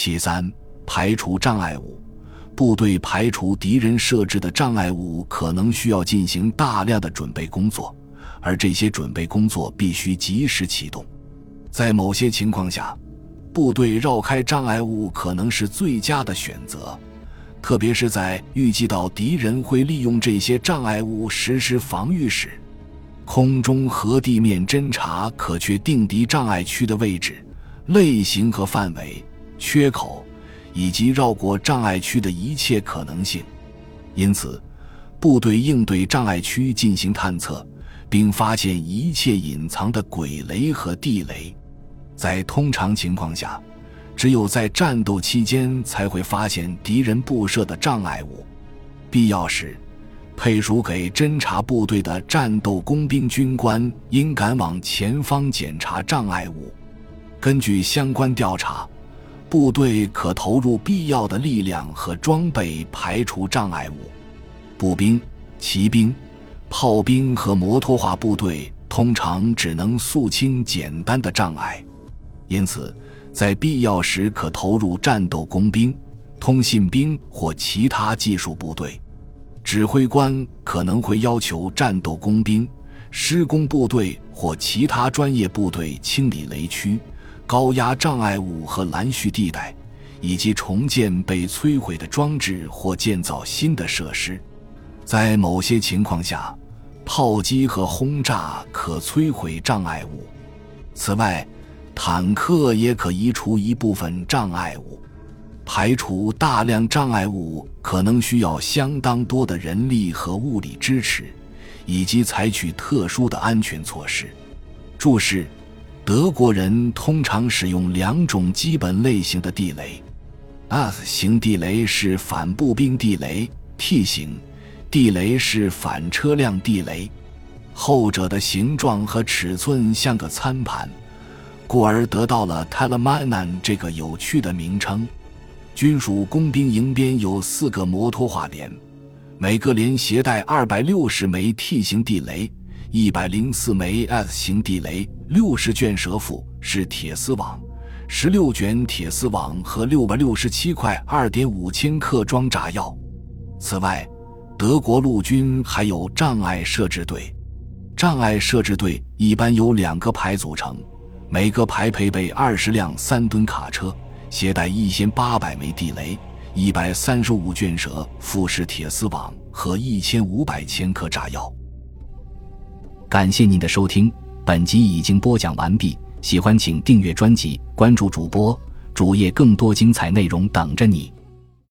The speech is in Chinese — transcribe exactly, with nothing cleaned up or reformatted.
其三，排除障碍物。部队排除敌人设置的障碍物可能需要进行大量的准备工作，而这些准备工作必须及时启动。在某些情况下，部队绕开障碍物可能是最佳的选择，特别是在预计到敌人会利用这些障碍物实施防御时。空中和地面侦察可确定敌障碍区的位置、类型和范围、缺口以及绕过障碍区的一切可能性。因此，部队应对障碍区进行探测，并发现一切隐藏的鬼雷和地雷。在通常情况下，只有在战斗期间才会发现敌人布设的障碍物。必要时，配属给侦察部队的战斗工兵军官应赶往前方检查障碍物。根据相关调查，部队可投入必要的力量和装备排除障碍物。步兵、骑兵、炮兵和摩托化部队通常只能肃清简单的障碍，因此在必要时可投入战斗工兵、通信兵或其他技术部队。指挥官可能会要求战斗工兵、施工部队或其他专业部队清理雷区、高压障碍物和拦蓄地带，以及重建被摧毁的装置或建造新的设施。在某些情况下，炮击和轰炸可摧毁障碍物。此外，坦克也可移除一部分障碍物。排除大量障碍物可能需要相当多的人力和物理支持，以及采取特殊的安全措施。注释：德国人通常使用两种基本类型的地雷。 S 型地雷是反步兵地雷， T 型地雷是反车辆地雷。后者的形状和尺寸像个餐盘，故而得到了 Talamanan 这个有趣的名称。军属工兵营边有四个摩托化连，每个连携带二百六十枚 T 型地雷，一百零四枚 S 型地雷，六十卷蛇腹是铁丝网，十六卷铁丝网和六百六十七块 二点五千克装炸药。此外，德国陆军还有障碍设置队。障碍设置队一般由两个排组成，每个排配备二十辆三吨卡车，携带一千八百枚地雷，一百三十五卷蛇腹式铁丝网和一千五百千克炸药。感谢您的收听，本集已经播讲完毕。喜欢请订阅专辑，关注主播，主页更多精彩内容等着你。